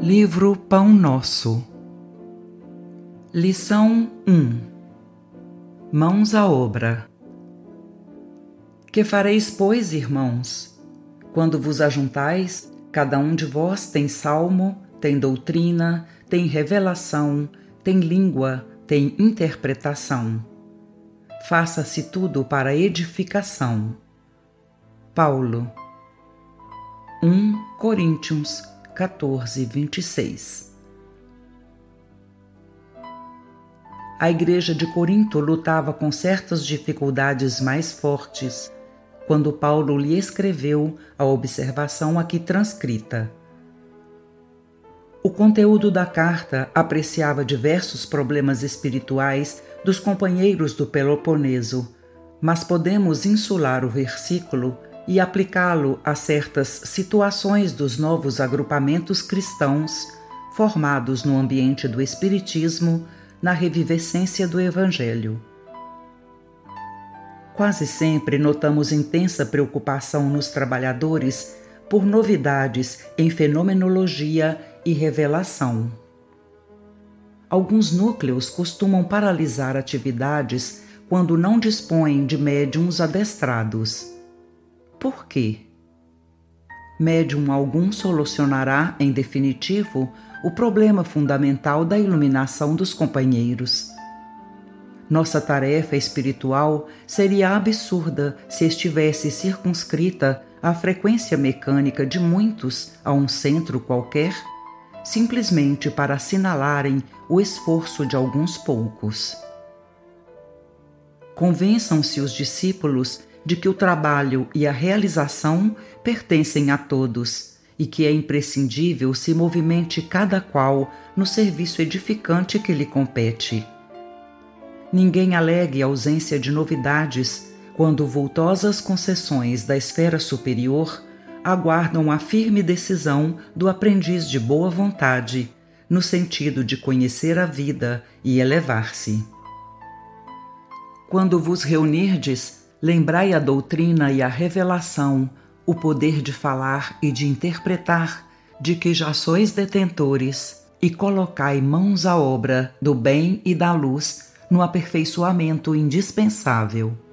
Livro Pão Nosso. Lição 1. Mãos à obra. Que fareis, pois, irmãos? Quando vos ajuntais, cada um de vós tem salmo, tem doutrina, tem revelação, tem língua, tem interpretação. Faça-se tudo para edificação. Paulo. 1 Coríntios 14, 26. A igreja de Corinto lutava com certas dificuldades mais fortes quando Paulo lhe escreveu a observação aqui transcrita. O conteúdo da carta apreciava diversos problemas espirituais dos companheiros do Peloponeso, mas podemos insular o versículo e aplicá-lo a certas situações dos novos agrupamentos cristãos formados no ambiente do Espiritismo, na revivescência do Evangelho. Quase sempre notamos intensa preocupação nos trabalhadores por novidades em fenomenologia e revelação. Alguns núcleos costumam paralisar atividades quando não dispõem de médiuns adestrados. Por quê? Médium algum solucionará, em definitivo, o problema fundamental da iluminação dos companheiros. Nossa tarefa espiritual seria absurda se estivesse circunscrita à frequência mecânica de muitos a um centro qualquer, simplesmente para assinalarem o esforço de alguns poucos. Convençam-se os discípulos de que o trabalho e a realização pertencem a todos e que é imprescindível se movimente cada qual no serviço edificante que lhe compete. Ninguém alegue ausência de novidades quando vultosas concessões da esfera superior aguardam a firme decisão do aprendiz de boa vontade, no sentido de conhecer a vida e elevar-se. Quando vos reunirdes, lembrai a doutrina e a revelação, o poder de falar e de interpretar, de que já sois detentores, e colocai mãos à obra do bem e da luz no aperfeiçoamento indispensável.